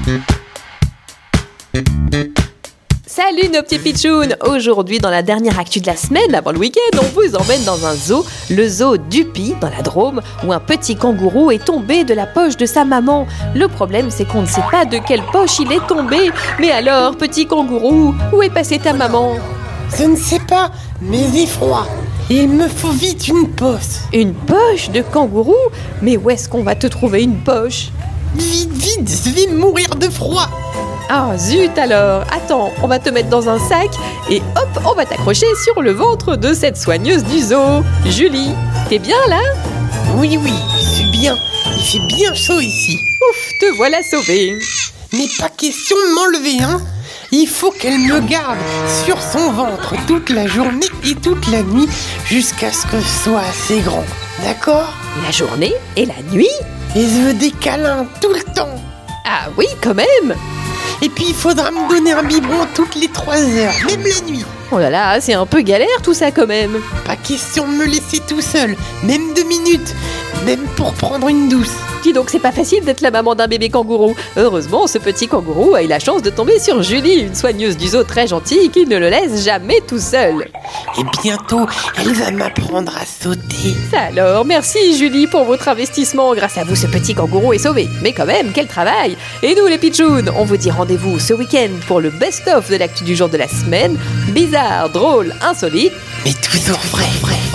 Salut nos petits pitchouns! Aujourd'hui, dans la dernière actu de la semaine, avant le week-end, on vous emmène dans un zoo, le zoo d'Upi, dans la Drôme, où un petit kangourou est tombé de la poche de sa maman. Le problème, c'est qu'on ne sait pas de quelle poche il est tombé. Mais alors, petit kangourou, où est passée ta maman? Je ne sais pas, mais j'ai froid. Il me faut vite une poche. Une poche de kangourou? Mais où est-ce qu'on va te trouver une poche? Vite, vite, je vais mourir de froid. Ah zut alors! Attends, on va te mettre dans un sac et hop, on va t'accrocher sur le ventre de cette soigneuse du zoo. Julie, t'es bien là? Oui, je suis bien. Il fait bien chaud ici. Ouf, te voilà sauvée. Mais pas question de m'enlever, hein. Il faut qu'elle me garde sur son ventre toute la journée et toute la nuit jusqu'à ce que je sois assez grand. D'accord? La journée et la nuit? Et je veux des câlins tout le temps. Ah oui, quand même! Et puis il faudra me donner un biberon toutes les 3 heures, même la nuit. Oh là là, c'est un peu galère tout ça quand même. Pas question de me laisser tout seul, même 2 minutes, même pour prendre une douce. Dis donc, c'est pas facile d'être la maman d'un bébé kangourou. Heureusement, ce petit kangourou a eu la chance de tomber sur Julie, une soigneuse du zoo très gentille qui ne le laisse jamais tout seul. Et bientôt, elle va m'apprendre à sauter. Ça alors, merci Julie pour votre investissement. Grâce à vous, ce petit kangourou est sauvé. Mais quand même, quel travail! Et nous les pitchouns, on vous dit rendez-vous ce week-end pour le best-of de l'actu du jour de la semaine. Bizarre, drôle, insolite, mais toujours vrai.